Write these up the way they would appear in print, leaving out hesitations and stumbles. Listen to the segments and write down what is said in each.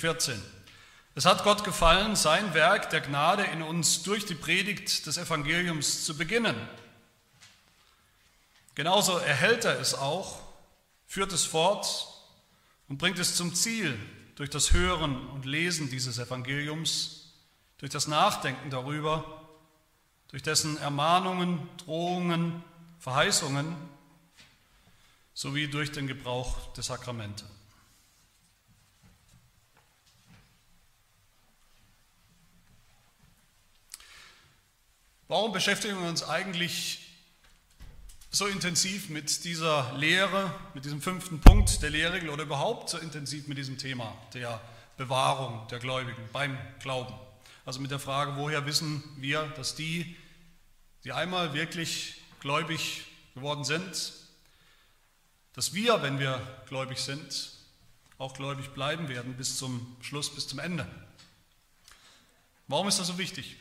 14. Es hat Gott gefallen, sein Werk der Gnade in uns durch die Predigt des Evangeliums zu beginnen. Genauso erhält er es auch, führt es fort und bringt es zum Ziel durch das Hören und Lesen dieses Evangeliums, durch das Nachdenken darüber, durch dessen Ermahnungen, Drohungen, Verheißungen sowie durch den Gebrauch der Sakramente. Warum beschäftigen wir uns eigentlich so intensiv mit dieser Lehre, mit diesem 5. Punkt der Lehrregel oder überhaupt so intensiv mit diesem Thema der Bewahrung der Gläubigen beim Glauben? Also mit der Frage, woher wissen wir, dass die einmal wirklich gläubig geworden sind, dass wir, wenn wir gläubig sind, auch gläubig bleiben werden bis zum Schluss, bis zum Ende. Warum ist das so wichtig?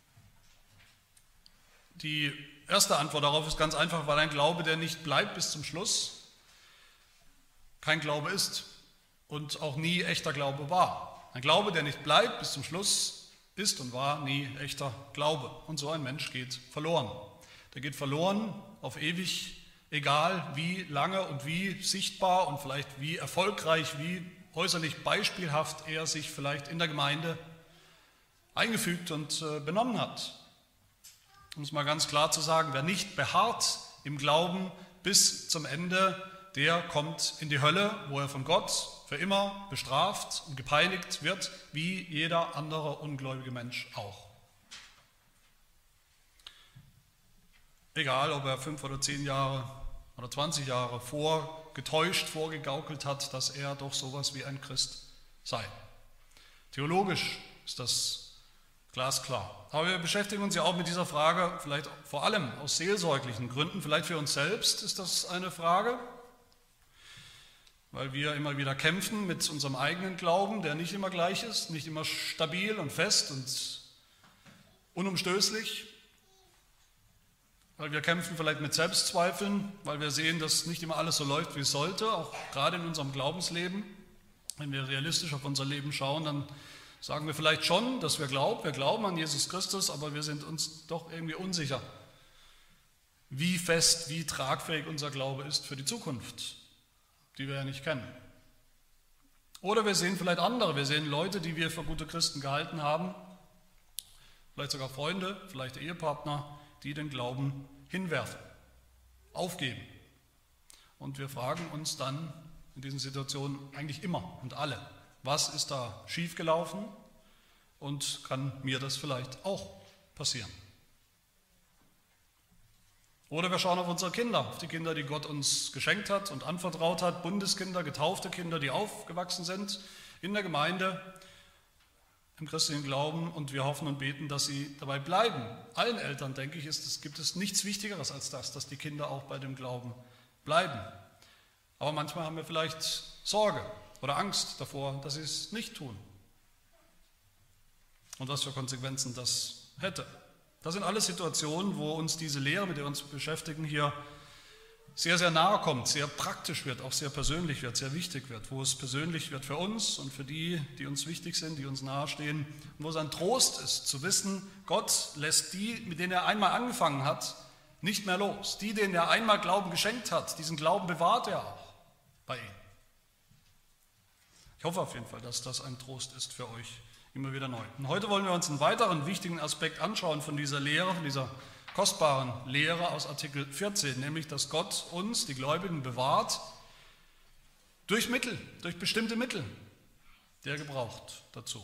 Die erste Antwort darauf ist ganz einfach, weil ein Glaube, der nicht bleibt bis zum Schluss, kein Glaube ist und auch nie echter Glaube war. Ein Glaube, der nicht bleibt bis zum Schluss, ist und war nie echter Glaube. Und so ein Mensch geht verloren. Der geht verloren auf ewig, egal wie lange und wie sichtbar und vielleicht wie erfolgreich, wie äußerlich beispielhaft er sich vielleicht in der Gemeinde eingefügt und benommen hat. Um es mal ganz klar zu sagen, wer nicht beharrt im Glauben bis zum Ende, der kommt in die Hölle, wo er von Gott für immer bestraft und gepeinigt wird, wie jeder andere ungläubige Mensch auch. Egal, ob er 5 oder 10 Jahre oder 20 Jahre vorgegaukelt hat, dass er doch sowas wie ein Christ sei. Theologisch ist das glasklar. Aber wir beschäftigen uns ja auch mit dieser Frage, vielleicht vor allem aus seelsorglichen Gründen, vielleicht für uns selbst ist das eine Frage, weil wir immer wieder kämpfen mit unserem eigenen Glauben, der nicht immer gleich ist, nicht immer stabil und fest und unumstößlich, weil wir kämpfen vielleicht mit Selbstzweifeln, weil wir sehen, dass nicht immer alles so läuft, wie es sollte, auch gerade in unserem Glaubensleben. Wenn wir realistisch auf unser Leben schauen, dann sagen wir vielleicht schon, dass wir glauben an Jesus Christus, aber wir sind uns doch irgendwie unsicher, wie fest, wie tragfähig unser Glaube ist für die Zukunft, die wir ja nicht kennen. Oder wir sehen vielleicht andere, wir sehen Leute, die wir für gute Christen gehalten haben, vielleicht sogar Freunde, vielleicht Ehepartner, die den Glauben hinwerfen, aufgeben. Und wir fragen uns dann in diesen Situationen eigentlich immer und alle, was ist da schiefgelaufen und kann mir das vielleicht auch passieren? Oder wir schauen auf unsere Kinder, auf die Kinder, die Gott uns geschenkt hat und anvertraut hat, Bundeskinder, getaufte Kinder, die aufgewachsen sind in der Gemeinde, im christlichen Glauben, und wir hoffen und beten, dass sie dabei bleiben. Allen Eltern, denke ich, gibt es nichts Wichtigeres als das, dass die Kinder auch bei dem Glauben bleiben. Aber manchmal haben wir vielleicht Sorge oder Angst davor, dass sie es nicht tun. Und was für Konsequenzen das hätte. Das sind alles Situationen, wo uns diese Lehre, mit der wir uns beschäftigen, hier sehr, sehr nahe kommt, sehr praktisch wird, auch sehr persönlich wird, sehr wichtig wird, wo es persönlich wird für uns und für die, die uns wichtig sind, die uns nahestehen, und wo es ein Trost ist, zu wissen, Gott lässt die, mit denen er einmal angefangen hat, nicht mehr los. Die, denen er einmal Glauben geschenkt hat, diesen Glauben bewahrt er auch bei ihnen. Ich hoffe auf jeden Fall, dass das ein Trost ist für euch immer wieder neu. Und heute wollen wir uns einen weiteren wichtigen Aspekt anschauen von dieser Lehre, von dieser kostbaren Lehre aus Artikel 14, nämlich, dass Gott uns, die Gläubigen, bewahrt durch Mittel, durch bestimmte Mittel, die er gebraucht dazu.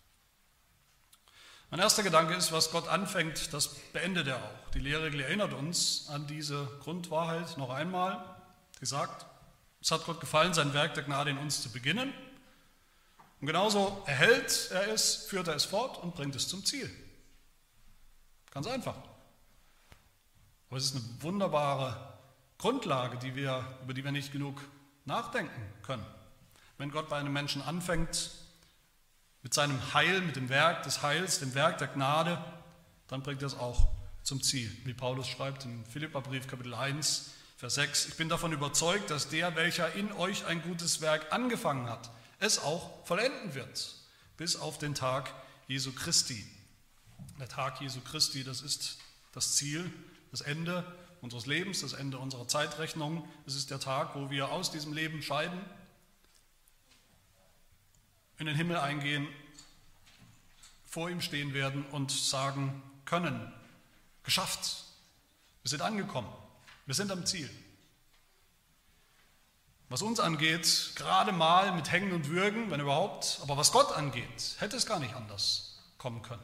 Mein erster Gedanke ist, was Gott anfängt, das beendet er auch. Die Lehrregel erinnert uns an diese Grundwahrheit noch einmal. Sie sagt, es hat Gott gefallen, sein Werk der Gnade in uns zu beginnen. Und genauso erhält er es, führt er es fort und bringt es zum Ziel. Ganz einfach. Aber es ist eine wunderbare Grundlage, über die wir nicht genug nachdenken können. Wenn Gott bei einem Menschen anfängt, mit seinem Heil, mit dem Werk des Heils, dem Werk der Gnade, dann bringt er es auch zum Ziel. Wie Paulus schreibt im Philipperbrief Kapitel 1, Vers 6, ich bin davon überzeugt, dass der, welcher in euch ein gutes Werk angefangen hat, es auch vollenden wird, bis auf den Tag Jesu Christi. Der Tag Jesu Christi, das ist das Ziel, das Ende unseres Lebens, das Ende unserer Zeitrechnung. Es ist der Tag, wo wir aus diesem Leben scheiden, in den Himmel eingehen, vor ihm stehen werden und sagen können, geschafft, wir sind angekommen, wir sind am Ziel. Was uns angeht, gerade mal mit Hängen und Würgen, wenn überhaupt, aber was Gott angeht, hätte es gar nicht anders kommen können.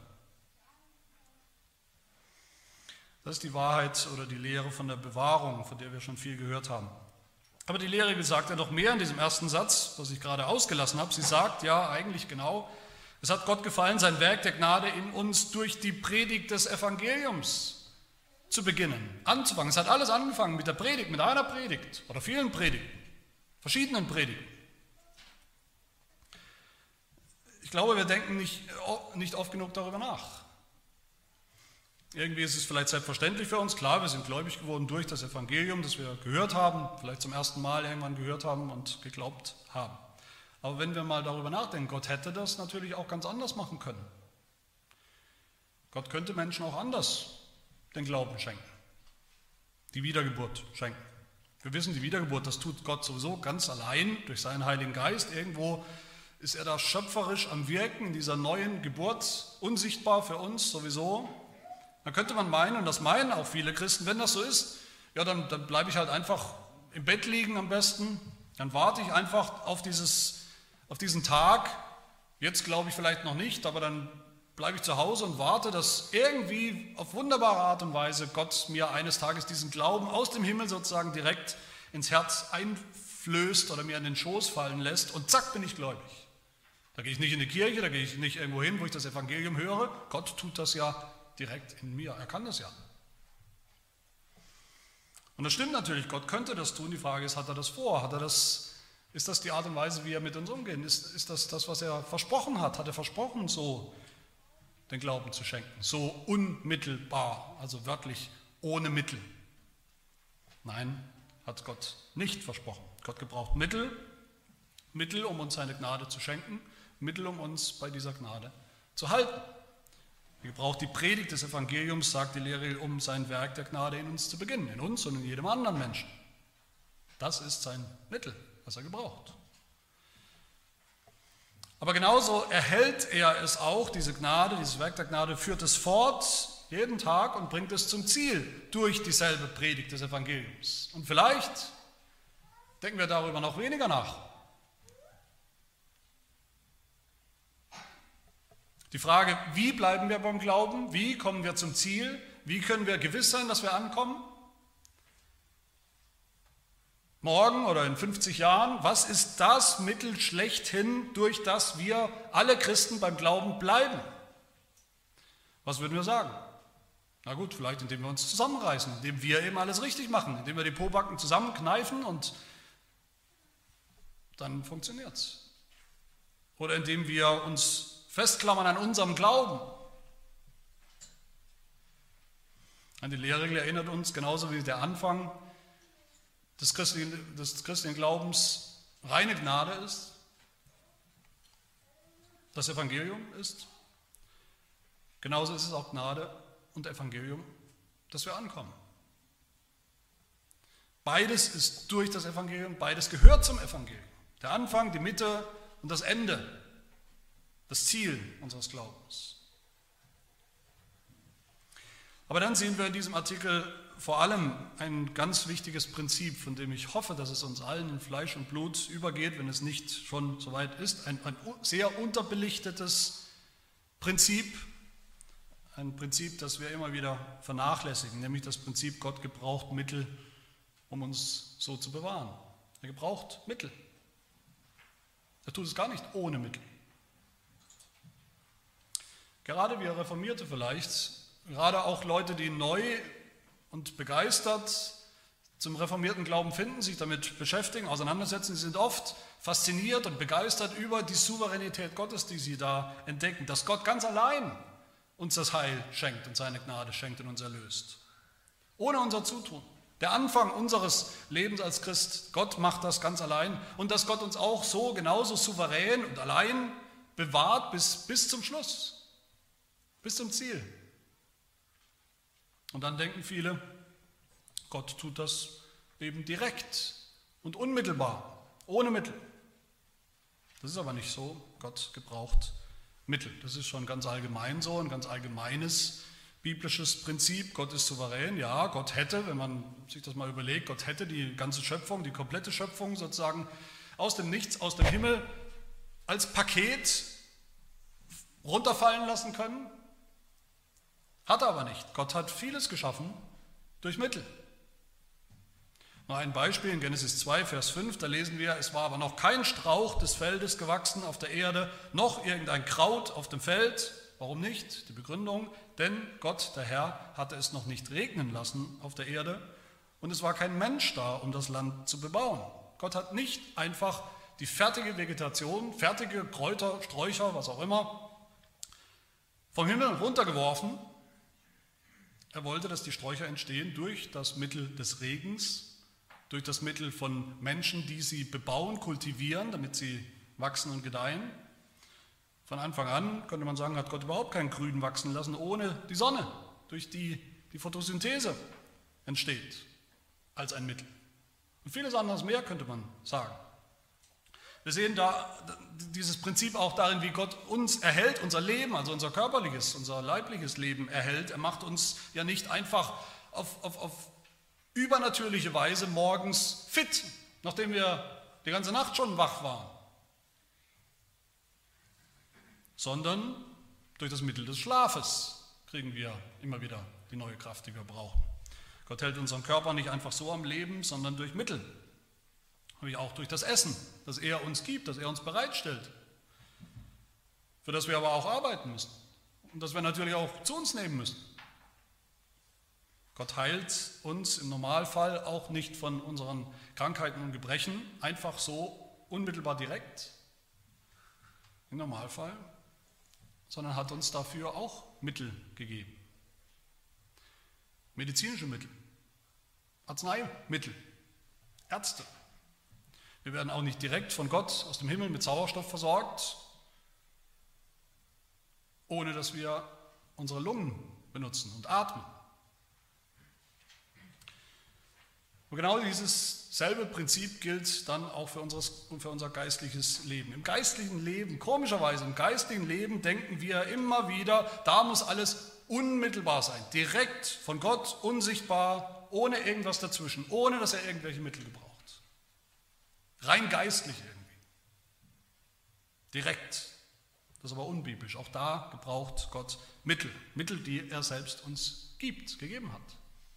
Das ist die Wahrheit oder die Lehre von der Bewahrung, von der wir schon viel gehört haben. Aber die Lehre sagt ja noch mehr in diesem ersten Satz, was ich gerade ausgelassen habe. Sie sagt ja eigentlich genau, es hat Gott gefallen, sein Werk der Gnade in uns durch die Predigt des Evangeliums zu beginnen, anzufangen. Es hat alles angefangen mit der Predigt, mit einer Predigt oder vielen Predigten, verschiedenen Predigten. Ich glaube, wir denken nicht oft genug darüber nach. Irgendwie ist es vielleicht selbstverständlich für uns, klar, wir sind gläubig geworden durch das Evangelium, das wir gehört haben, vielleicht zum ersten Mal irgendwann gehört haben und geglaubt haben. Aber wenn wir mal darüber nachdenken, Gott hätte das natürlich auch ganz anders machen können. Gott könnte Menschen auch anders den Glauben schenken, die Wiedergeburt schenken. Wir wissen, die Wiedergeburt, das tut Gott sowieso ganz allein durch seinen Heiligen Geist. Irgendwo ist er da schöpferisch am Wirken in dieser neuen Geburt, unsichtbar für uns sowieso. Dann könnte man meinen, und das meinen auch viele Christen, wenn das so ist, ja, dann bleibe ich halt einfach im Bett liegen am besten, dann warte ich einfach auf diesen Tag, jetzt glaube ich vielleicht noch nicht, aber dann bleibe ich zu Hause und warte, dass irgendwie auf wunderbare Art und Weise Gott mir eines Tages diesen Glauben aus dem Himmel sozusagen direkt ins Herz einflößt oder mir in den Schoß fallen lässt und zack, bin ich gläubig. Da gehe ich nicht in die Kirche, da gehe ich nicht irgendwo hin, wo ich das Evangelium höre. Gott tut das ja direkt in mir, er kann das ja. Und das stimmt natürlich, Gott könnte das tun, die Frage ist, hat er das vor? Ist das die Art und Weise, wie er mit uns umgeht? Ist das, was er versprochen hat? Hat er versprochen, so den Glauben zu schenken? So unmittelbar, also wörtlich ohne Mittel? Nein, hat Gott nicht versprochen. Gott gebraucht Mittel, um uns seine Gnade zu schenken, Mittel, um uns bei dieser Gnade zu halten. Er gebraucht die Predigt des Evangeliums, sagt die Lehre, um sein Werk der Gnade in uns zu beginnen, in uns und in jedem anderen Menschen. Das ist sein Mittel, was er gebraucht. Aber genauso erhält er es auch, diese Gnade, dieses Werk der Gnade, führt es fort, jeden Tag und bringt es zum Ziel durch dieselbe Predigt des Evangeliums. Und vielleicht denken wir darüber noch weniger nach. Die Frage, wie bleiben wir beim Glauben? Wie kommen wir zum Ziel? Wie können wir gewiss sein, dass wir ankommen? Morgen oder in 50 Jahren, was ist das Mittel schlechthin, durch das wir alle Christen beim Glauben bleiben? Was würden wir sagen? Na gut, vielleicht indem wir uns zusammenreißen, indem wir eben alles richtig machen, indem wir die Pobacken zusammenkneifen und dann funktioniert es. Oder indem wir uns festklammern an unserem Glauben. An die Lehrregel erinnert uns, genauso wie der Anfang des christlichen Glaubens reine Gnade ist, das Evangelium ist. Genauso ist es auch Gnade und Evangelium, dass wir ankommen. Beides ist durch das Evangelium, beides gehört zum Evangelium. Der Anfang, die Mitte und das Ende. Das Ziel unseres Glaubens. Aber dann sehen wir in diesem Artikel vor allem ein ganz wichtiges Prinzip, von dem ich hoffe, dass es uns allen in Fleisch und Blut übergeht, wenn es nicht schon so weit ist. Ein sehr unterbelichtetes Prinzip, ein Prinzip, das wir immer wieder vernachlässigen, nämlich das Prinzip, Gott gebraucht Mittel, um uns so zu bewahren. Er gebraucht Mittel. Er tut es gar nicht ohne Mittel. Gerade wir Reformierte vielleicht, gerade auch Leute, die neu und begeistert zum reformierten Glauben finden, sich damit beschäftigen, auseinandersetzen, sie sind oft fasziniert und begeistert über die Souveränität Gottes, die sie da entdecken, dass Gott ganz allein uns das Heil schenkt und seine Gnade schenkt und uns erlöst, ohne unser Zutun. Der Anfang unseres Lebens als Christ, Gott macht das ganz allein und dass Gott uns auch so genauso souverän und allein bewahrt bis zum Schluss, bis zum Ziel. Und dann denken viele, Gott tut das eben direkt und unmittelbar, ohne Mittel. Das ist aber nicht so. Gott gebraucht Mittel. Das ist schon ganz allgemein so, ein ganz allgemeines biblisches Prinzip. Gott ist souverän. Ja, Gott hätte, wenn man sich das mal überlegt, Gott hätte die ganze Schöpfung, die komplette Schöpfung sozusagen aus dem Nichts, aus dem Himmel als Paket runterfallen lassen können. Hat er aber nicht. Gott hat vieles geschaffen durch Mittel. Noch ein Beispiel in Genesis 2, Vers 5, da lesen wir, es war aber noch kein Strauch des Feldes gewachsen auf der Erde, noch irgendein Kraut auf dem Feld. Warum nicht? Die Begründung, denn Gott, der Herr, hatte es noch nicht regnen lassen auf der Erde und es war kein Mensch da, um das Land zu bebauen. Gott hat nicht einfach die fertige Vegetation, fertige Kräuter, Sträucher, was auch immer, vom Himmel runtergeworfen. Er wollte, dass die Sträucher entstehen durch das Mittel des Regens, durch das Mittel von Menschen, die sie bebauen, kultivieren, damit sie wachsen und gedeihen. Von Anfang an, könnte man sagen, hat Gott überhaupt kein Grün wachsen lassen, ohne die Sonne, durch die die Photosynthese entsteht, als ein Mittel. Und vieles anderes mehr könnte man sagen. Wir sehen da dieses Prinzip auch darin, wie Gott uns erhält, unser Leben, also unser körperliches, unser leibliches Leben erhält. Er macht uns ja nicht einfach auf übernatürliche Weise morgens fit, nachdem wir die ganze Nacht schon wach waren, sondern durch das Mittel des Schlafes kriegen wir immer wieder die neue Kraft, die wir brauchen. Gott hält unseren Körper nicht einfach so am Leben, sondern durch Mittel, auch durch das Essen, das er uns gibt, das er uns bereitstellt, für das wir aber auch arbeiten müssen und das wir natürlich auch zu uns nehmen müssen. Gott heilt uns im Normalfall auch nicht von unseren Krankheiten und Gebrechen einfach so unmittelbar direkt, im Normalfall, sondern hat uns dafür auch Mittel gegeben. Medizinische Mittel, Arzneimittel, Ärzte. Wir werden auch nicht direkt von Gott aus dem Himmel mit Sauerstoff versorgt, ohne dass wir unsere Lungen benutzen und atmen. Und genau dieses selbe Prinzip gilt dann auch für unser geistliches Leben. Im geistlichen Leben, komischerweise im geistlichen Leben denken wir immer wieder, da muss alles unmittelbar sein, direkt von Gott, unsichtbar, ohne irgendwas dazwischen, ohne dass er irgendwelche Mittel gebraucht. Rein geistlich irgendwie. Direkt. Das ist aber unbiblisch. Auch da gebraucht Gott Mittel. Mittel, die er selbst uns gegeben hat.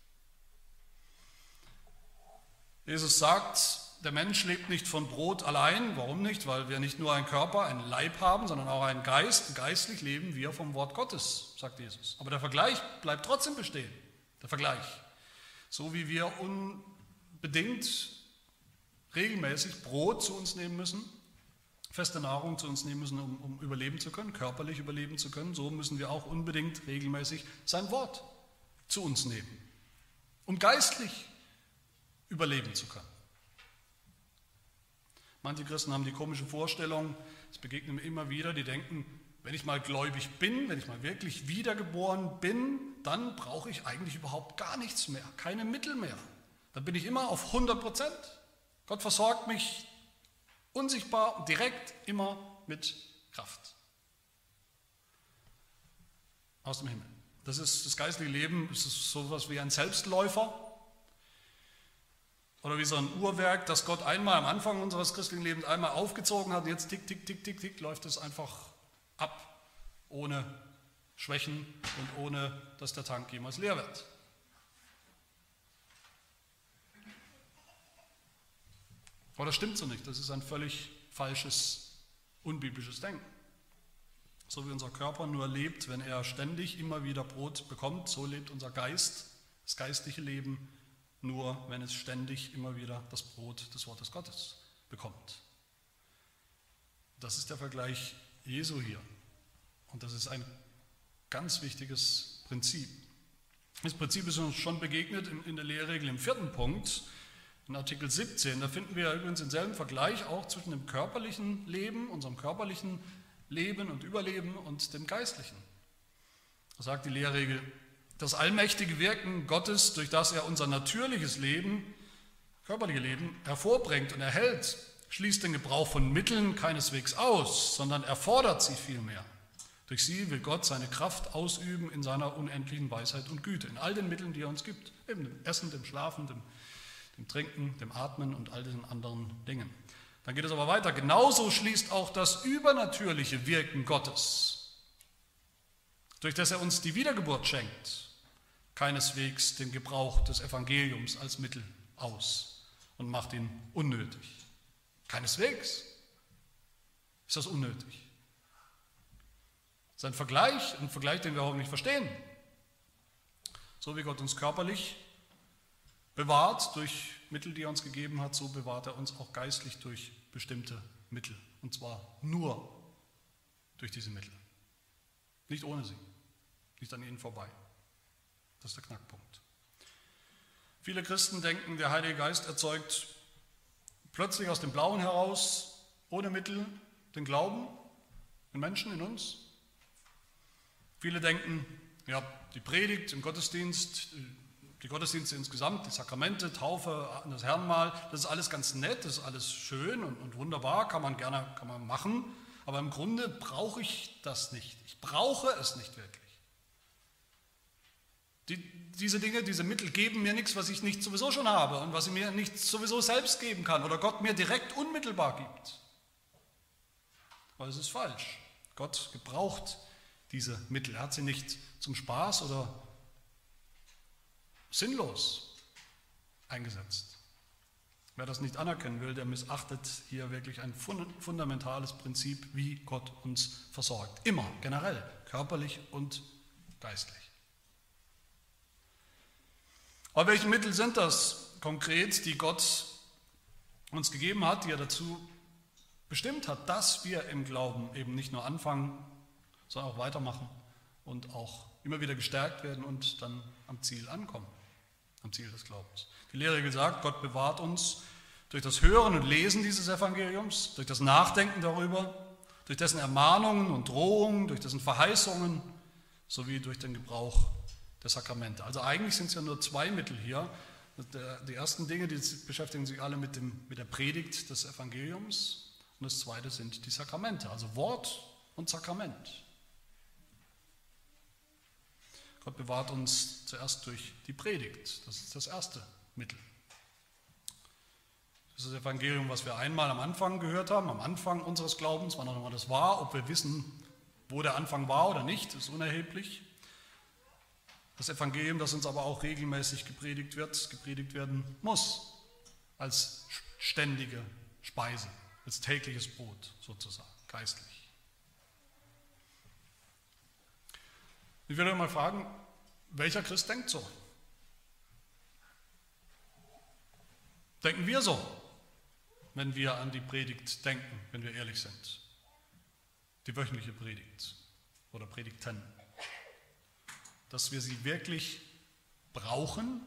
Jesus sagt, der Mensch lebt nicht von Brot allein. Warum nicht? Weil wir nicht nur einen Körper, einen Leib haben, sondern auch einen Geist. Geistlich leben wir vom Wort Gottes, sagt Jesus. Aber der Vergleich bleibt trotzdem bestehen. Der Vergleich. So wie wir unbedingt regelmäßig Brot zu uns nehmen müssen, feste Nahrung zu uns nehmen müssen, um überleben zu können, körperlich überleben zu können, so müssen wir auch unbedingt regelmäßig sein Wort zu uns nehmen, um geistlich überleben zu können. Manche Christen haben die komische Vorstellung, es begegnet mir immer wieder, die denken, wenn ich mal gläubig bin, wenn ich mal wirklich wiedergeboren bin, dann brauche ich eigentlich überhaupt gar nichts mehr, keine Mittel mehr. Dann bin ich immer auf 100%. Gott versorgt mich unsichtbar und direkt immer mit Kraft. Aus dem Himmel. Das ist das geistliche Leben, das ist so etwas wie ein Selbstläufer oder wie so ein Uhrwerk, das Gott einmal am Anfang unseres christlichen Lebens einmal aufgezogen hat und jetzt tick, tick, tick, tick, tick, läuft es einfach ab, ohne Schwächen und ohne, dass der Tank jemals leer wird. Aber das stimmt so nicht, das ist ein völlig falsches, unbiblisches Denken. So wie unser Körper nur lebt, wenn er ständig immer wieder Brot bekommt, so lebt unser Geist, das geistliche Leben, nur wenn es ständig immer wieder das Brot des Wortes Gottes bekommt. Das ist der Vergleich Jesu hier. Und das ist ein ganz wichtiges Prinzip. Das Prinzip ist uns schon begegnet in der Lehrregel im 4. Punkt, in Artikel 17. Da finden wir übrigens denselben Vergleich auch zwischen dem körperlichen Leben, unserem körperlichen Leben und Überleben und dem geistlichen. Da sagt die Lehrregel, das allmächtige Wirken Gottes, durch das er unser natürliches Leben, körperliche Leben, hervorbringt und erhält, schließt den Gebrauch von Mitteln keineswegs aus, sondern erfordert sie vielmehr. Durch sie will Gott seine Kraft ausüben in seiner unendlichen Weisheit und Güte, in all den Mitteln, die er uns gibt, eben dem Essen, dem Schlafen, dem Trinken, dem Atmen und all den anderen Dingen. Dann geht es aber weiter. Genauso schließt auch das übernatürliche Wirken Gottes, durch das er uns die Wiedergeburt schenkt, keineswegs den Gebrauch des Evangeliums als Mittel aus und macht ihn unnötig. Keineswegs ist das unnötig. Das ist ein Vergleich, den wir hoffentlich verstehen. So wie Gott uns körperlich bewahrt durch Mittel, die er uns gegeben hat, so bewahrt er uns auch geistlich durch bestimmte Mittel. Und zwar nur durch diese Mittel. Nicht ohne sie, nicht an ihnen vorbei. Das ist der Knackpunkt. Viele Christen denken, der Heilige Geist erzeugt plötzlich aus dem Blauen heraus, ohne Mittel, den Glauben in Menschen, in uns. Viele denken, ja, die Predigt im Gottesdienst, die Gottesdienste insgesamt, die Sakramente, Taufe, das Herrenmahl, das ist alles ganz nett, das ist alles schön und wunderbar, kann man machen, aber im Grunde brauche ich das nicht. Ich brauche es nicht wirklich. Diese Dinge, diese Mittel geben mir nichts, was ich nicht sowieso schon habe und was ich mir nicht sowieso selbst geben kann oder Gott mir direkt unmittelbar gibt. Aber es ist falsch. Gott gebraucht diese Mittel. Er hat sie nicht zum Spaß oder sinnlos eingesetzt. Wer das nicht anerkennen will, der missachtet hier wirklich ein fundamentales Prinzip, wie Gott uns versorgt. Immer, generell, körperlich und geistlich. Aber welche Mittel sind das konkret, die Gott uns gegeben hat, die er dazu bestimmt hat, dass wir im Glauben eben nicht nur anfangen, sondern auch weitermachen und auch immer wieder gestärkt werden und dann am Ziel ankommen, am Ziel des Glaubens. Die Lehre sagt, Gott bewahrt uns durch das Hören und Lesen dieses Evangeliums, durch das Nachdenken darüber, durch dessen Ermahnungen und Drohungen, durch dessen Verheißungen sowie durch den Gebrauch der Sakramente. Also eigentlich sind es ja nur zwei Mittel hier. Die ersten Dinge, die beschäftigen sich alle mit der Predigt des Evangeliums und das zweite sind die Sakramente, also Wort und Sakrament. Gott bewahrt uns zuerst durch die Predigt. Das ist das erste Mittel. Das ist das Evangelium, was wir einmal am Anfang gehört haben, am Anfang unseres Glaubens, wann auch immer das war. Ob wir wissen, wo der Anfang war oder nicht, ist unerheblich. Das Evangelium, das uns aber auch regelmäßig gepredigt werden muss, als ständige Speise, als tägliches Brot sozusagen, geistlich. Ich will mal fragen, welcher Christ denkt so? Denken wir so, wenn wir an die Predigt denken, wenn wir ehrlich sind? Die wöchentliche Predigt oder Predigten. Dass wir sie wirklich brauchen,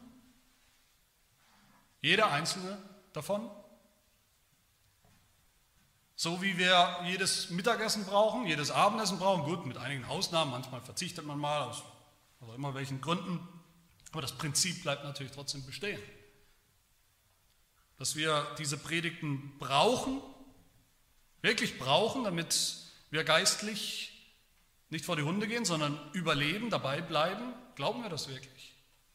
jeder einzelne davon, so wie wir jedes Mittagessen brauchen, jedes Abendessen brauchen, gut, mit einigen Ausnahmen, manchmal verzichtet man mal, aus immer welchen Gründen, aber das Prinzip bleibt natürlich trotzdem bestehen. Dass wir diese Predigten brauchen, wirklich brauchen, damit wir geistlich nicht vor die Hunde gehen, sondern überleben, dabei bleiben, glauben wir das wirklich?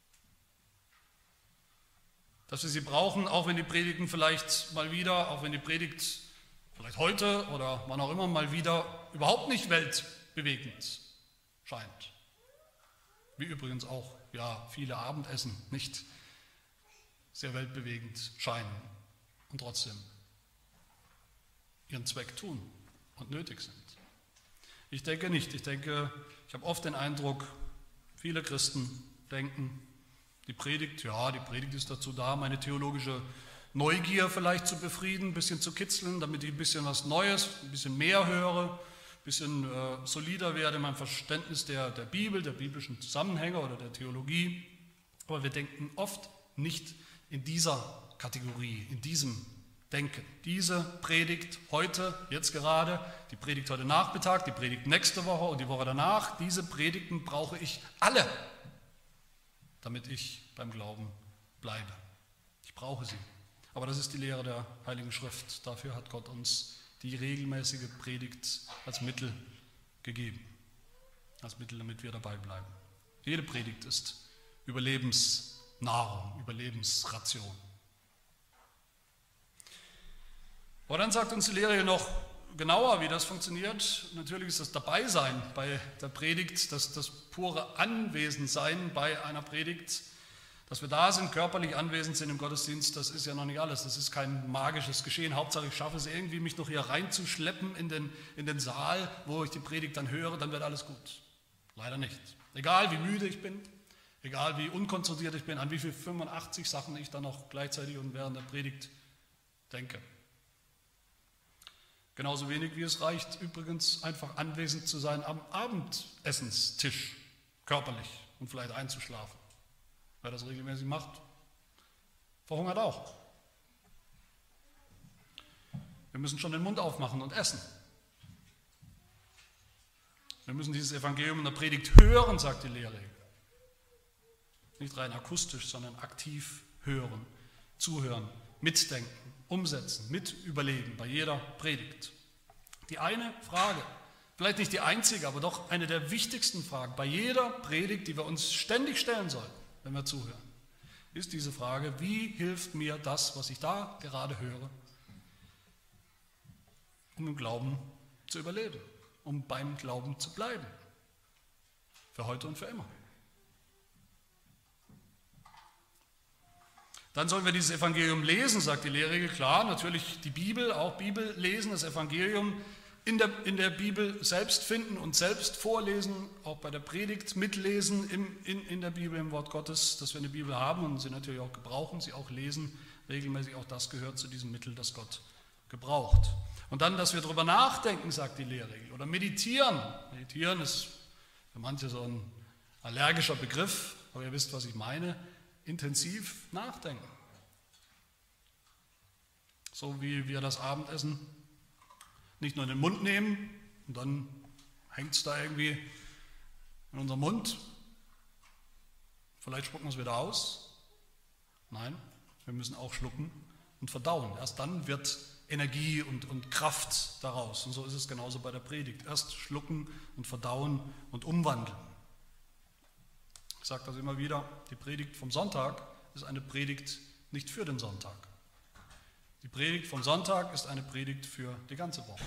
Dass wir sie brauchen, auch wenn die Predigten vielleicht mal wieder, auch wenn die Predigt vielleicht heute oder wann auch immer mal wieder überhaupt nicht weltbewegend scheint. Wie übrigens auch viele Abendessen nicht sehr weltbewegend scheinen und trotzdem ihren Zweck tun und nötig sind. Ich denke nicht. Ich habe oft den Eindruck, viele Christen denken, die Predigt ist dazu da, meine theologische Neugier vielleicht zu befrieden, ein bisschen zu kitzeln, damit ich ein bisschen was Neues, ein bisschen mehr höre, bisschen solider werde in meinem Verständnis der Bibel, der biblischen Zusammenhänge oder der Theologie. Aber wir denken oft nicht in dieser Kategorie, in diesem Denken. Diese Predigt heute, jetzt gerade, die Predigt heute Nachmittag, die Predigt nächste Woche und die Woche danach, diese Predigten brauche ich alle, damit ich beim Glauben bleibe. Ich brauche sie. Aber das ist die Lehre der Heiligen Schrift. Dafür hat Gott uns die regelmäßige Predigt als Mittel gegeben. Als Mittel, damit wir dabei bleiben. Jede Predigt ist Überlebensnahrung, Überlebensration. Aber dann sagt uns die Lehre noch genauer, wie das funktioniert. Natürlich ist das Dabeisein bei der Predigt, das pure Anwesendsein bei einer Predigt. Dass wir da sind, körperlich anwesend sind im Gottesdienst, das ist ja noch nicht alles. Das ist kein magisches Geschehen. Hauptsache ich schaffe es irgendwie, mich noch hier reinzuschleppen in den Saal, wo ich die Predigt dann höre, dann wird alles gut. Leider nicht. Egal wie müde ich bin, egal wie unkonzentriert ich bin, an wie viel 85 Sachen ich dann noch gleichzeitig und während der Predigt denke. Genauso wenig wie es reicht, übrigens einfach anwesend zu sein am Abendessenstisch, körperlich und vielleicht einzuschlafen. Wer das regelmäßig macht, verhungert auch. Wir müssen schon den Mund aufmachen und essen. Wir müssen dieses Evangelium in der Predigt hören, sagt die Lehre. Nicht rein akustisch, sondern aktiv hören, zuhören, mitdenken, umsetzen, mitüberlegen bei jeder Predigt. Die eine Frage, vielleicht nicht die einzige, aber doch eine der wichtigsten Fragen bei jeder Predigt, die wir uns ständig stellen sollten, wenn wir zuhören, ist diese Frage: Wie hilft mir das, was ich da gerade höre, um im Glauben zu überleben, um beim Glauben zu bleiben, für heute und für immer? Dann sollen wir dieses Evangelium lesen, sagt die Lehrregel. Klar, natürlich die Bibel, auch Bibel lesen, das Evangelium in der Bibel selbst finden und selbst vorlesen, auch bei der Predigt mitlesen in der Bibel, im Wort Gottes, dass wir eine Bibel haben und sie natürlich auch gebrauchen, sie auch lesen, regelmäßig, auch das gehört zu diesem Mittel, das Gott gebraucht. Und dann, dass wir darüber nachdenken, sagt die Lehrregel, oder meditieren. Meditieren ist für manche so ein allergischer Begriff, aber ihr wisst, was ich meine. Intensiv nachdenken. So wie wir das Abendessen nicht nur in den Mund nehmen und dann hängt es da irgendwie in unserem Mund. Vielleicht spucken wir es wieder aus. Nein, wir müssen auch schlucken und verdauen. Erst dann wird Energie und Kraft daraus. Und so ist es genauso bei der Predigt. Erst schlucken und verdauen und umwandeln. Ich sage das immer wieder, die Predigt vom Sonntag ist eine Predigt nicht für den Sonntag. Die Predigt vom Sonntag ist eine Predigt für die ganze Woche.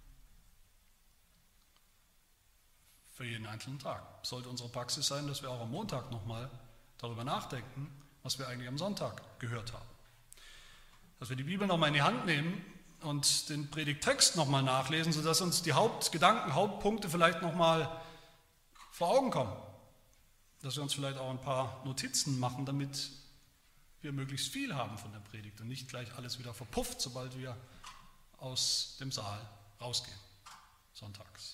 Für jeden einzelnen Tag. Es sollte unsere Praxis sein, dass wir auch am Montag nochmal darüber nachdenken, was wir eigentlich am Sonntag gehört haben. Dass wir die Bibel nochmal in die Hand nehmen und den Predigttext nochmal nachlesen, sodass uns die Hauptgedanken, Hauptpunkte vielleicht nochmal vor Augen kommen. Dass wir uns vielleicht auch ein paar Notizen machen, damit wir möglichst viel haben von der Predigt und nicht gleich alles wieder verpufft, sobald wir aus dem Saal rausgehen, sonntags.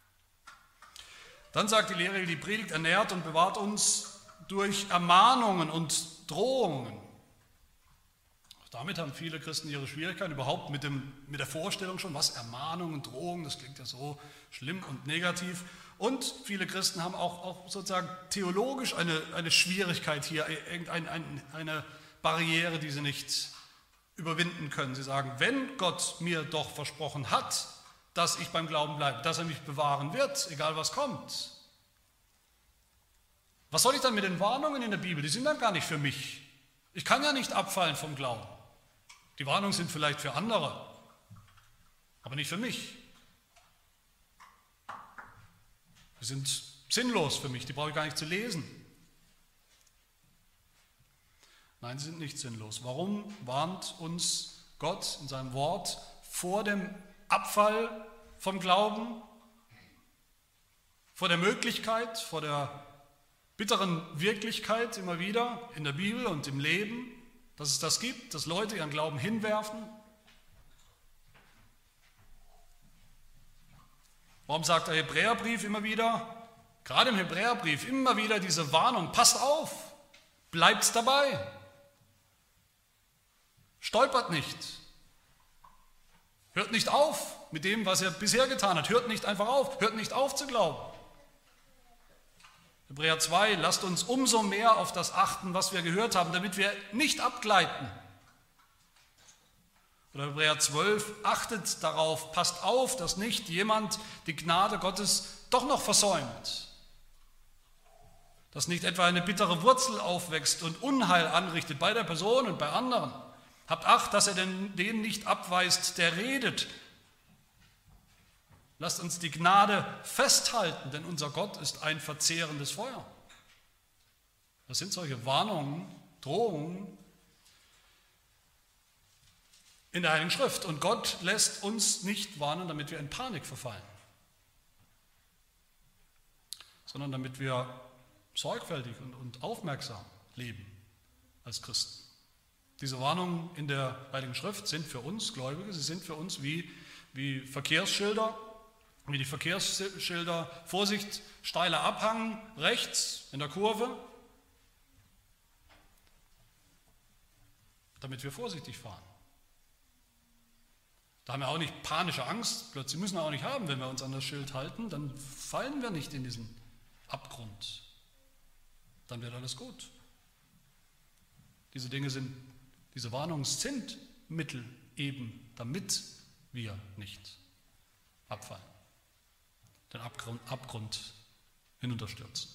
Dann sagt die Lehre, die Predigt ernährt und bewahrt uns durch Ermahnungen und Drohungen. Auch damit haben viele Christen ihre Schwierigkeiten, überhaupt mit der Vorstellung schon, was Ermahnungen und Drohungen, das klingt ja so schlimm und negativ. Und viele Christen haben auch sozusagen theologisch eine Schwierigkeit hier, eine Barriere, die sie nicht überwinden können. Sie sagen, wenn Gott mir doch versprochen hat, dass ich beim Glauben bleibe, dass er mich bewahren wird, egal was kommt. Was soll ich dann mit den Warnungen in der Bibel? Die sind dann gar nicht für mich. Ich kann ja nicht abfallen vom Glauben. Die Warnungen sind vielleicht für andere, aber nicht für mich. Die sind sinnlos für mich, die brauche ich gar nicht zu lesen. Nein, sie sind nicht sinnlos. Warum warnt uns Gott in seinem Wort vor dem Abfall vom Glauben, vor der Möglichkeit, vor der bitteren Wirklichkeit immer wieder in der Bibel und im Leben, dass es das gibt, dass Leute ihren Glauben hinwerfen? Warum sagt der Hebräerbrief immer wieder, gerade im Hebräerbrief immer wieder diese Warnung, passt auf, bleibt dabei, stolpert nicht, hört nicht auf mit dem, was er bisher getan hat, hört nicht einfach auf, hört nicht auf zu glauben. Hebräer 2, lasst uns umso mehr auf das achten, was wir gehört haben, damit wir nicht abgleiten. Oder Hebräer 12, achtet darauf, passt auf, dass nicht jemand die Gnade Gottes doch noch versäumt. Dass nicht etwa eine bittere Wurzel aufwächst und Unheil anrichtet bei der Person und bei anderen. Habt Acht, dass er den nicht abweist, der redet. Lasst uns die Gnade festhalten, denn unser Gott ist ein verzehrendes Feuer. Das sind solche Warnungen, Drohungen in der Heiligen Schrift. Und Gott lässt uns nicht warnen, damit wir in Panik verfallen, sondern damit wir sorgfältig und aufmerksam leben als Christen. Diese Warnungen in der Heiligen Schrift sind für uns Gläubige, sie sind für uns wie Verkehrsschilder, wie die Verkehrsschilder, Vorsicht, steiler Abhang, rechts in der Kurve, damit wir vorsichtig fahren. Da haben wir auch nicht panische Angst, plötzlich müssen wir auch nicht haben, wenn wir uns an das Schild halten, dann fallen wir nicht in diesen Abgrund. Dann wird alles gut. Diese Warnungen sind Mittel eben, damit wir nicht abfallen, den Abgrund hinunterstürzen.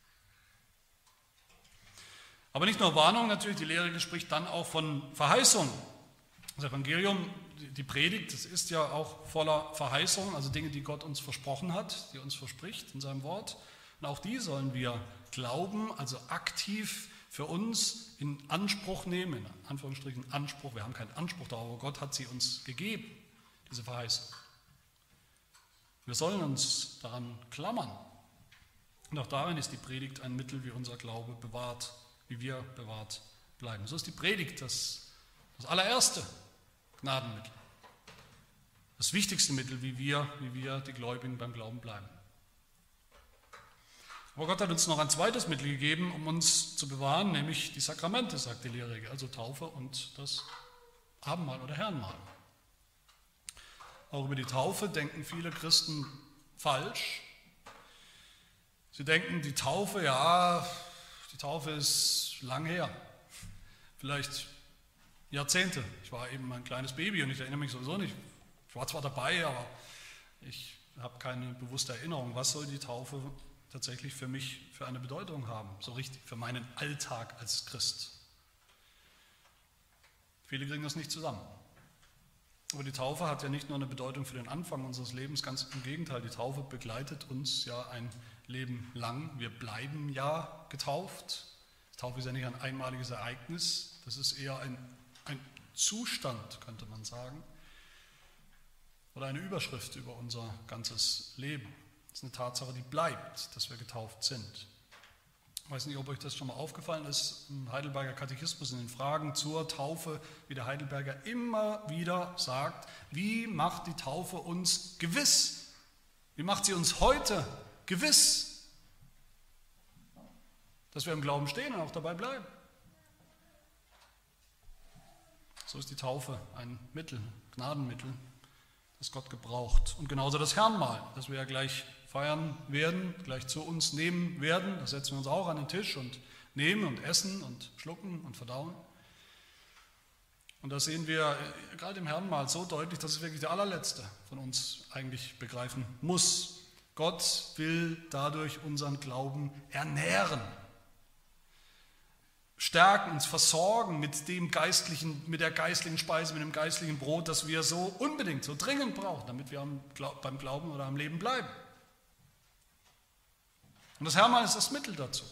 Aber nicht nur Warnung, natürlich, die Lehre spricht dann auch von Verheißung. Das Evangelium, die Predigt, das ist ja auch voller Verheißung, also Dinge, die Gott uns versprochen hat, die uns verspricht in seinem Wort. Und auch die sollen wir glauben, also aktiv für uns in Anspruch nehmen, in Anführungsstrichen Anspruch, wir haben keinen Anspruch darauf, aber Gott hat sie uns gegeben, diese Verheißung. Wir sollen uns daran klammern. Und auch darin ist die Predigt ein Mittel, wie unser Glaube bewahrt, wie wir bewahrt bleiben. So ist die Predigt das allererste Gnadenmittel, das wichtigste Mittel, wie wir die Gläubigen beim Glauben bleiben. Aber Gott hat uns noch ein zweites Mittel gegeben, um uns zu bewahren, nämlich die Sakramente, sagt die Lehre, also Taufe und das Abendmahl oder Herrenmahl. Auch über die Taufe denken viele Christen falsch. Sie denken, die Taufe ist lang her, vielleicht Jahrzehnte. Ich war eben ein kleines Baby und ich erinnere mich sowieso nicht. Ich war zwar dabei, aber ich habe keine bewusste Erinnerung. Was soll die Taufe tatsächlich für mich für eine Bedeutung haben, so richtig, für meinen Alltag als Christ? Viele kriegen das nicht zusammen. Aber die Taufe hat ja nicht nur eine Bedeutung für den Anfang unseres Lebens, ganz im Gegenteil, die Taufe begleitet uns ja ein Leben lang. Wir bleiben ja getauft. Die Taufe ist ja nicht ein einmaliges Ereignis, das ist eher ein Zustand, könnte man sagen, oder eine Überschrift über unser ganzes Leben. Das ist eine Tatsache, die bleibt, dass wir getauft sind. Ich weiß nicht, ob euch das schon mal aufgefallen ist, im Heidelberger Katechismus in den Fragen zur Taufe, wie der Heidelberger immer wieder sagt, wie macht die Taufe uns gewiss? Wie macht sie uns heute gewiss, dass wir im Glauben stehen und auch dabei bleiben? So ist die Taufe ein Mittel, Gnadenmittel, das Gott gebraucht. Und genauso das Herrenmahl, das wir ja gleich feiern werden, gleich zu uns nehmen werden. Da setzen wir uns auch an den Tisch und nehmen und essen und schlucken und verdauen. Und das sehen wir gerade im Herrenmahl so deutlich, dass es wirklich der allerletzte von uns eigentlich begreifen muss. Gott will dadurch unseren Glauben ernähren, stärken, uns versorgen mit der geistlichen Speise, mit dem geistlichen Brot, das wir so unbedingt, so dringend brauchen, damit wir beim Glauben oder am Leben bleiben. Und das Herrenmahl ist das Mittel dazu.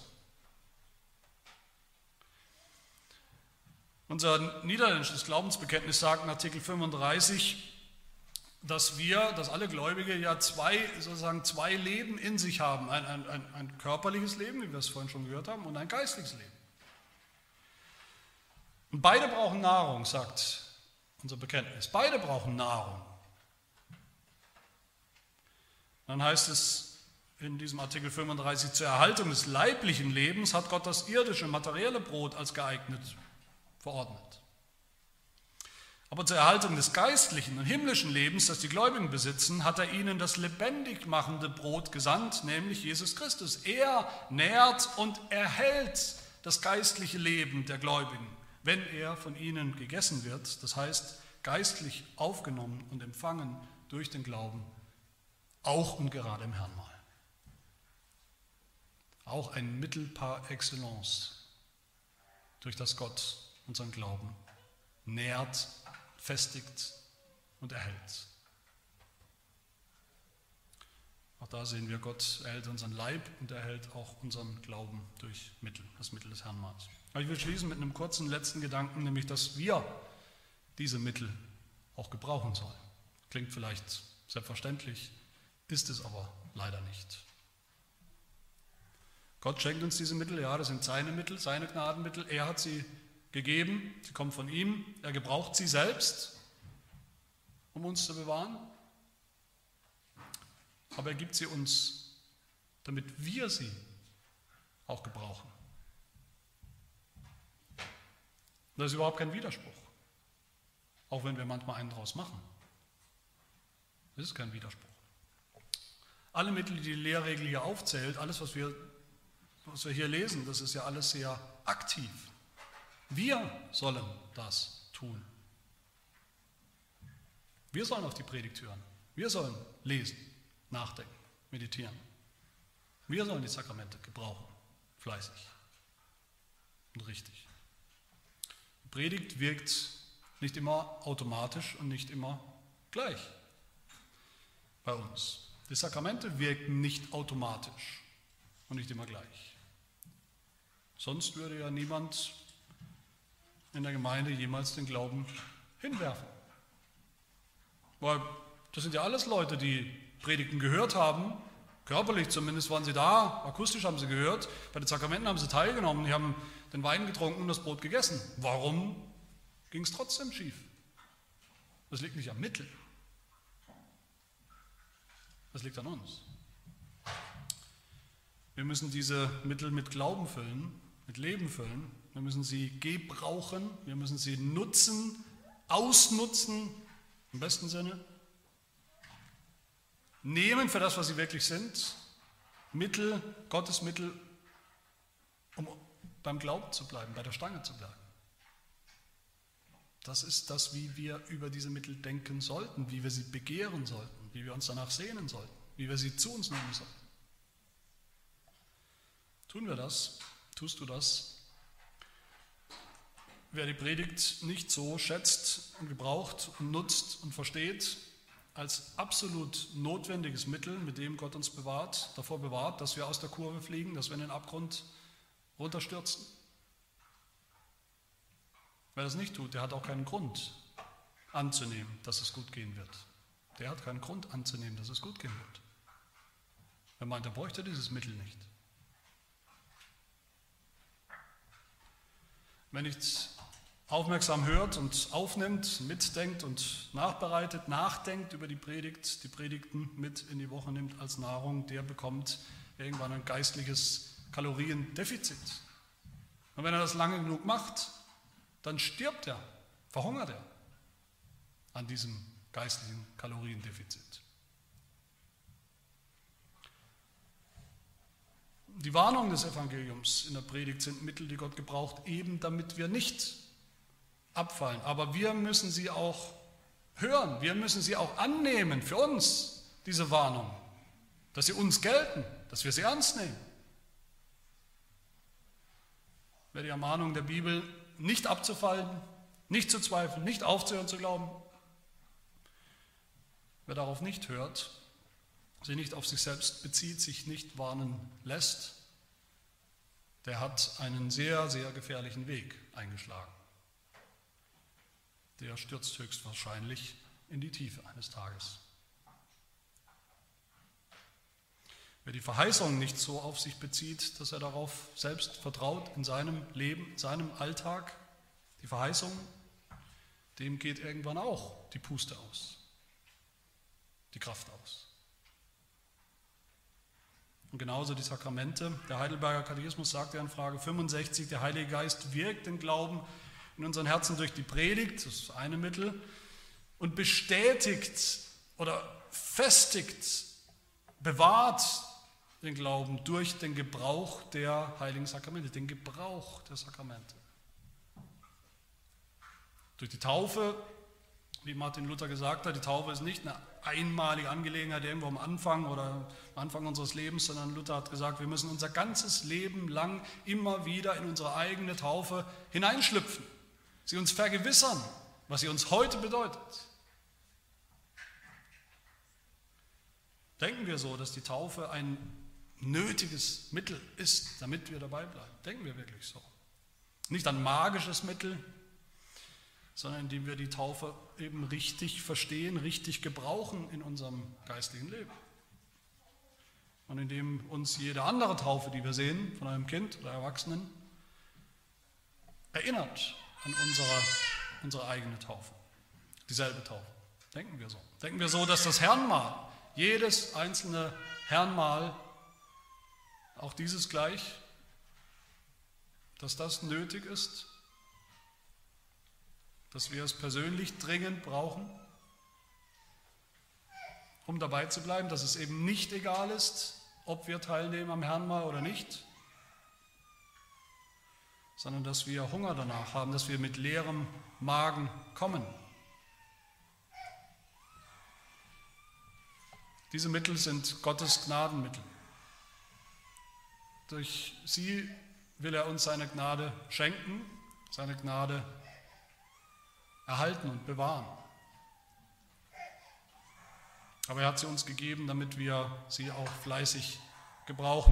Unser niederländisches Glaubensbekenntnis sagt in Artikel 35, dass alle Gläubige ja zwei Leben in sich haben. Ein körperliches Leben, wie wir es vorhin schon gehört haben, und ein geistliches Leben. Und beide brauchen Nahrung, sagt unser Bekenntnis. Beide brauchen Nahrung. Dann heißt es in diesem Artikel 35, zur Erhaltung des leiblichen Lebens hat Gott das irdische, materielle Brot als geeignet verordnet. Aber zur Erhaltung des geistlichen und himmlischen Lebens, das die Gläubigen besitzen, hat er ihnen das lebendig machende Brot gesandt, nämlich Jesus Christus. Er nährt und erhält das geistliche Leben der Gläubigen, wenn er von ihnen gegessen wird, das heißt geistlich aufgenommen und empfangen durch den Glauben, auch und gerade im Herrn mal. Auch ein Mittel par excellence, durch das Gott unseren Glauben nährt, festigt und erhält. Auch da sehen wir, Gott erhält unseren Leib und erhält auch unseren Glauben durch das Mittel des Herrnmahls. Aber ich will schließen mit einem kurzen letzten Gedanken, nämlich, dass wir diese Mittel auch gebrauchen sollen. Klingt vielleicht selbstverständlich, ist es aber leider nicht. Gott schenkt uns diese Mittel, ja, das sind seine Mittel, seine Gnadenmittel, er hat sie gegeben, sie kommen von ihm, er gebraucht sie selbst, um uns zu bewahren, aber er gibt sie uns, damit wir sie auch gebrauchen. Das ist überhaupt kein Widerspruch, auch wenn wir manchmal einen draus machen. Das ist kein Widerspruch. Alle Mittel, die die Lehrregel hier aufzählt, alles, was wir hier lesen, das ist ja alles sehr aktiv. Wir sollen das tun. Wir sollen auf die Predigt hören. Wir sollen lesen, nachdenken, meditieren. Wir sollen die Sakramente gebrauchen, fleißig und richtig. Die Predigt wirkt nicht immer automatisch und nicht immer gleich bei uns. Die Sakramente wirken nicht automatisch und nicht immer gleich. Sonst würde ja niemand in der Gemeinde jemals den Glauben hinwerfen. Weil das sind ja alles Leute, die Predigten gehört haben, körperlich zumindest waren sie da, akustisch haben sie gehört, bei den Sakramenten haben sie teilgenommen, die haben den Wein getrunken und das Brot gegessen. Warum ging es trotzdem schief? Das liegt nicht am Mittel. Das liegt an uns. Wir müssen diese Mittel mit Glauben füllen, mit Leben füllen. Wir müssen sie gebrauchen, wir müssen sie nutzen, ausnutzen, im besten Sinne. Nehmen für das, was sie wirklich sind. Mittel, Gottes Mittel, um beim Glauben zu bleiben, bei der Stange zu bleiben. Das ist das, wie wir über diese Mittel denken sollten, wie wir sie begehren sollten, wie wir uns danach sehnen sollten, wie wir sie zu uns nehmen sollten. Tun wir das? Tust du das? Wer die Predigt nicht so schätzt und gebraucht und nutzt und versteht, als absolut notwendiges Mittel, mit dem Gott uns davor bewahrt, dass wir aus der Kurve fliegen, dass wir in den Abgrund runterstürzen. Wer das nicht tut, der hat auch keinen Grund anzunehmen, dass es gut gehen wird. Der hat keinen Grund anzunehmen, dass es gut gehen wird. Er meint, er bräuchte dieses Mittel nicht. Wer nicht aufmerksam hört und aufnimmt, mitdenkt und nachbereitet, nachdenkt über die Predigten mit in die Woche nimmt als Nahrung, der bekommt irgendwann ein geistliches Kaloriendefizit. Und wenn er das lange genug macht, dann stirbt er, verhungert er an diesem geistlichen Kaloriendefizit. Die Warnungen des Evangeliums in der Predigt sind Mittel, die Gott gebraucht, eben damit wir nicht abfallen. Aber wir müssen sie auch hören, wir müssen sie auch annehmen für uns, diese Warnungen, dass sie uns gelten, dass wir sie ernst nehmen. Wer die Ermahnung der Bibel nicht abzufallen, nicht zu zweifeln, nicht aufzuhören zu glauben, wer darauf nicht hört, sich nicht auf sich selbst bezieht, sich nicht warnen lässt, der hat einen sehr, sehr gefährlichen Weg eingeschlagen. Der stürzt höchstwahrscheinlich in die Tiefe eines Tages. Wer die Verheißung nicht so auf sich bezieht, dass er darauf selbst vertraut in seinem Leben, in seinem Alltag, die Verheißung, dem geht irgendwann auch die Puste aus, die Kraft aus. Und genauso die Sakramente. Der Heidelberger Katechismus sagt ja in Frage 65, der Heilige Geist wirkt den Glauben in unseren Herzen durch die Predigt, das ist das eine Mittel, und bestätigt oder festigt, bewahrt den Glauben durch den Gebrauch der heiligen Sakramente, den Gebrauch der Sakramente. Durch die Taufe, wie Martin Luther gesagt hat, die Taufe ist nicht eine einmalige Angelegenheit irgendwo am Anfang oder am Anfang unseres Lebens, sondern Luther hat gesagt, wir müssen unser ganzes Leben lang immer wieder in unsere eigene Taufe hineinschlüpfen, sie uns vergewissern, was sie uns heute bedeutet. Denken wir so, dass die Taufe ein nötiges Mittel ist, damit wir dabei bleiben? Denken wir wirklich so? Nicht ein magisches Mittel, sondern indem wir die Taufe eben richtig verstehen, richtig gebrauchen in unserem geistlichen Leben. Und indem uns jede andere Taufe, die wir sehen, von einem Kind oder Erwachsenen, erinnert an unsere eigene Taufe, dieselbe Taufe. Denken wir so. Denken wir so, dass das Herrnmahl, jedes einzelne Herrnmahl, auch dieses gleich, dass das nötig ist, dass wir es persönlich dringend brauchen, um dabei zu bleiben, dass es eben nicht egal ist, ob wir teilnehmen am Herrnmahl oder nicht, sondern dass wir Hunger danach haben, dass wir mit leerem Magen kommen. Diese Mittel sind Gottes Gnadenmittel. Durch sie will er uns seine Gnade schenken, seine Gnade erhalten und bewahren. Aber er hat sie uns gegeben, damit wir sie auch fleißig gebrauchen.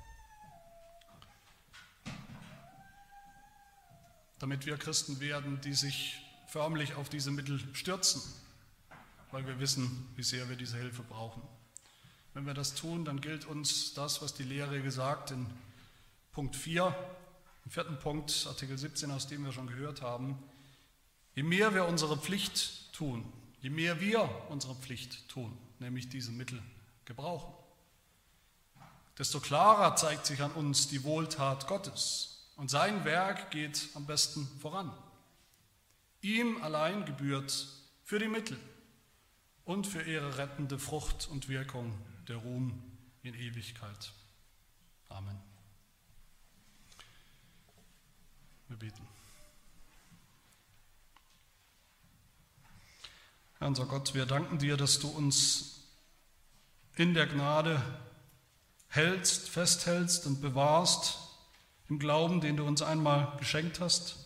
Damit wir Christen werden, die sich förmlich auf diese Mittel stürzen, weil wir wissen, wie sehr wir diese Hilfe brauchen. Wenn wir das tun, dann gilt uns das, was die Lehre gesagt in Punkt 4, im 4. Punkt, Artikel 17, aus dem wir schon gehört haben. Je mehr wir unsere Pflicht tun, je mehr wir unsere Pflicht tun, nämlich diese Mittel gebrauchen, desto klarer zeigt sich an uns die Wohltat Gottes und sein Werk geht am besten voran. Ihm allein gebührt für die Mittel und für ihre rettende Frucht und Wirkung der Ruhm in Ewigkeit. Amen. Wir beten. Herr unser Gott, wir danken dir, dass du uns in der Gnade hältst, festhältst und bewahrst im Glauben, den du uns einmal geschenkt hast.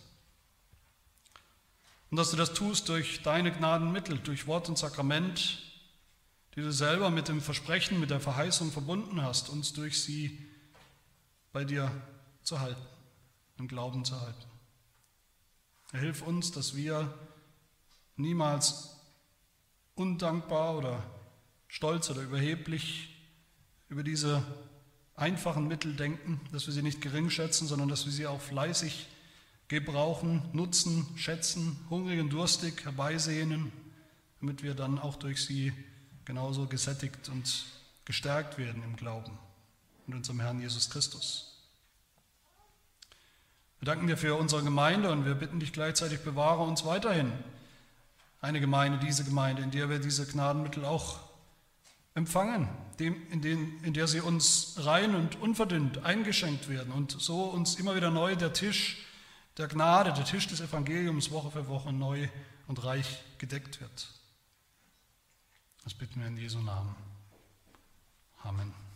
Und dass du das tust durch deine Gnadenmittel, durch Wort und Sakrament, die du selber mit dem Versprechen, mit der Verheißung verbunden hast, uns durch sie bei dir zu halten, im Glauben zu halten. Hilf uns, dass wir niemals undankbar oder stolz oder überheblich über diese einfachen Mittel denken, dass wir sie nicht gering schätzen, sondern dass wir sie auch fleißig gebrauchen, nutzen, schätzen, hungrig und durstig herbeisehnen, damit wir dann auch durch sie genauso gesättigt und gestärkt werden im Glauben in unserem Herrn Jesus Christus. Wir danken dir für unsere Gemeinde und wir bitten dich gleichzeitig, bewahre uns weiterhin eine Gemeinde, diese Gemeinde, in der wir diese Gnadenmittel auch empfangen, in der sie uns rein und unverdünnt eingeschenkt werden und so uns immer wieder neu der Tisch der Gnade, der Tisch des Evangeliums Woche für Woche neu und reich gedeckt wird. Das bitten wir in Jesu Namen. Amen.